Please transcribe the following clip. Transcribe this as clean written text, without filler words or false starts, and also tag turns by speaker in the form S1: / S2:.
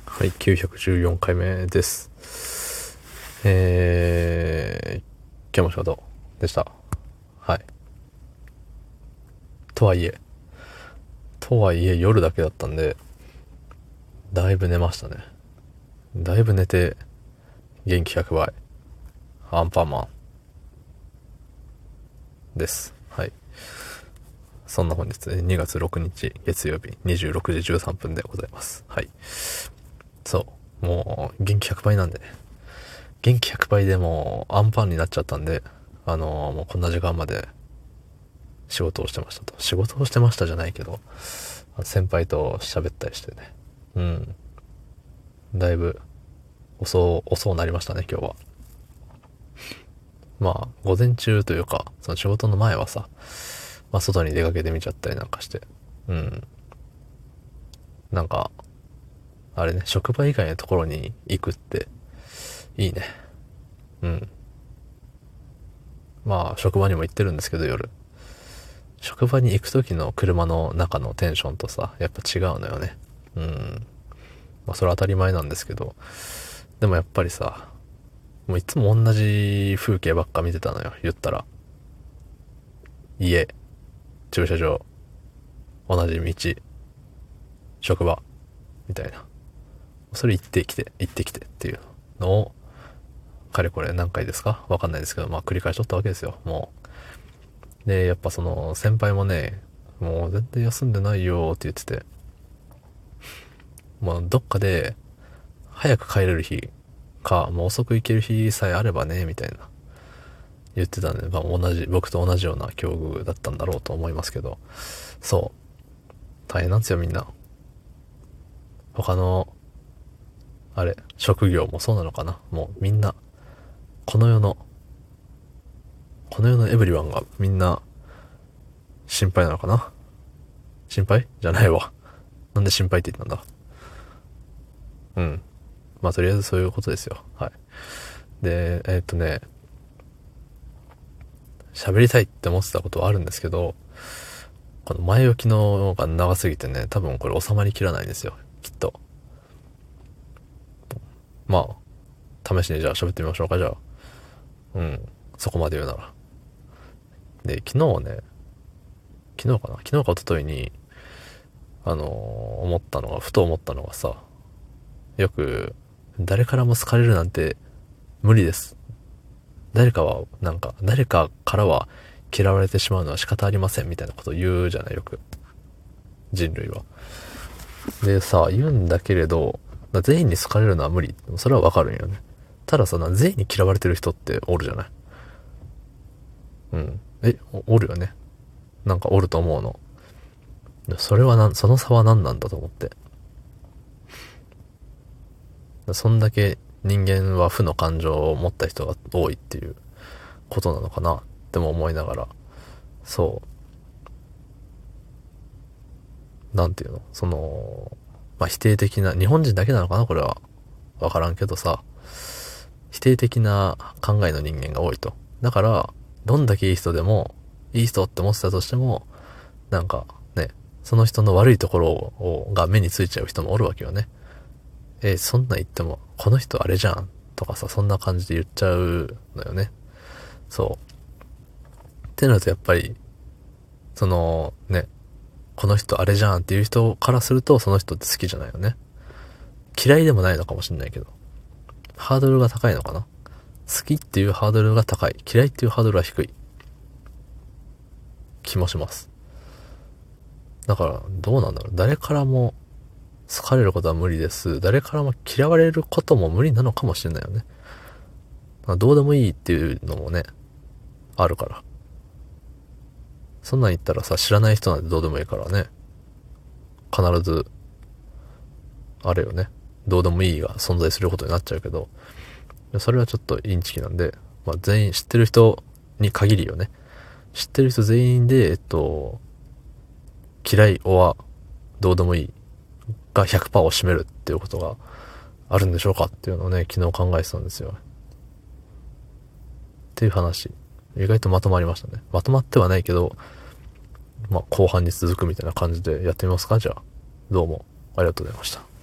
S1: はい、914回目です。今日も仕事でした。はい。とはいえ、夜だけだったんで、だいぶ寝ましたね。だいぶ寝て、元気100倍。アンパンマンです。はい。そんな本日、2月6日月曜日26時13分でございます。はい。そう。もう、元気100倍なんでね。元気100倍でもう、アンパンになっちゃったんで、もうこんな時間まで仕事をしてましたと。仕事をしてましたじゃないけど、先輩と喋ったりしてね。うん。だいぶ遅なりましたね、今日は。まあ、午前中というか、その仕事の前はさ、まあ、外に出かけてみちゃったりなんかして。うん。なんか、あれね、職場以外のところに行くって、いいね。うん。まあ、職場にも行ってるんですけど、夜。職場に行く時の車の中のテンションとさ、やっぱ違うのよね。うん。まあ、それは当たり前なんですけど、でもやっぱりさ、もういつも同じ風景ばっか見てたのよ、言ったら。家、駐車場、同じ道、職場、みたいな。それ行ってきてっていうのを、かれこれ何回ですかわかんないですけど、まあ繰り返しとったわけですよ、もう。で、やっぱその先輩もね、もう全然休んでないよって言ってて、もうどっかで早く帰れる日か、もう遅く行ける日さえあればね、みたいな言ってたんで、まあ僕と同じような境遇だったんだろうと思いますけど、そう、大変なんですよみんな。他の、あれ、職業もそうなのかな、もうみんな、この世の、この世のエブリワンがみんな心配なのかな。心配じゃないわ。なんで心配って言ったんだ。うん。まあとりあえずそういうことですよ。はい。で、喋りたいって思ってたことはあるんですけど、この前置きのが長すぎてね、多分これ収まりきらないんですよ。きっと。まあ、試しにじゃあ喋ってみましょうか、じゃあ。うん。そこまで言うなら。で、昨日か一昨日に、ふと思ったのがさ、よく、誰からも好かれるなんて無理です。誰かからは嫌われてしまうのは仕方ありませんみたいなことを言うじゃない、よく。人類は。でさ、言うんだけれど、全員に好かれるのは無理。それはわかるんよね。たださ、全員に嫌われてる人っておるじゃない。うん。おるよね。なんかおると思うの。その差は何なんだと思って。そんだけ人間は負の感情を持った人が多いっていうことなのかなっても思いながら、そう、なんていうの、まあ、否定的な、日本人だけなのかなこれは。わからんけどさ、否定的な考えの人間が多いと。だから、どんだけいい人でも、いい人って思ってたとしても、なんかね、その人の悪いところが目についちゃう人もおるわけよね。そんなん言っても、この人あれじゃんとかさ、そんな感じで言っちゃうのよね。そう。ってなるとやっぱり、この人あれじゃんっていう人からすると、その人って好きじゃないよね。嫌いでもないのかもしれないけど、ハードルが高いのかな。好きっていうハードルが高い。嫌いっていうハードルは低い気もします。だから、どうなんだろう。誰からも好かれることは無理です。誰からも嫌われることも無理なのかもしれないよね。どうでもいいっていうのもね、あるから。そんなん言ったらさ、知らない人なんてどうでもいいからね。必ず、あれよね。どうでもいいが存在することになっちゃうけど、それはちょっとインチキなんで、まあ全員知ってる人に限りよね。知ってる人全員で、嫌いはどうでもいいが100%を占めるっていうことがあるんでしょうかっていうのをね、昨日考えてたんですよ。っていう話。意外とまとまりましたね。まとまってはないけど、まあ後半に続くみたいな感じでやってみますかじゃあ。どうもありがとうございました。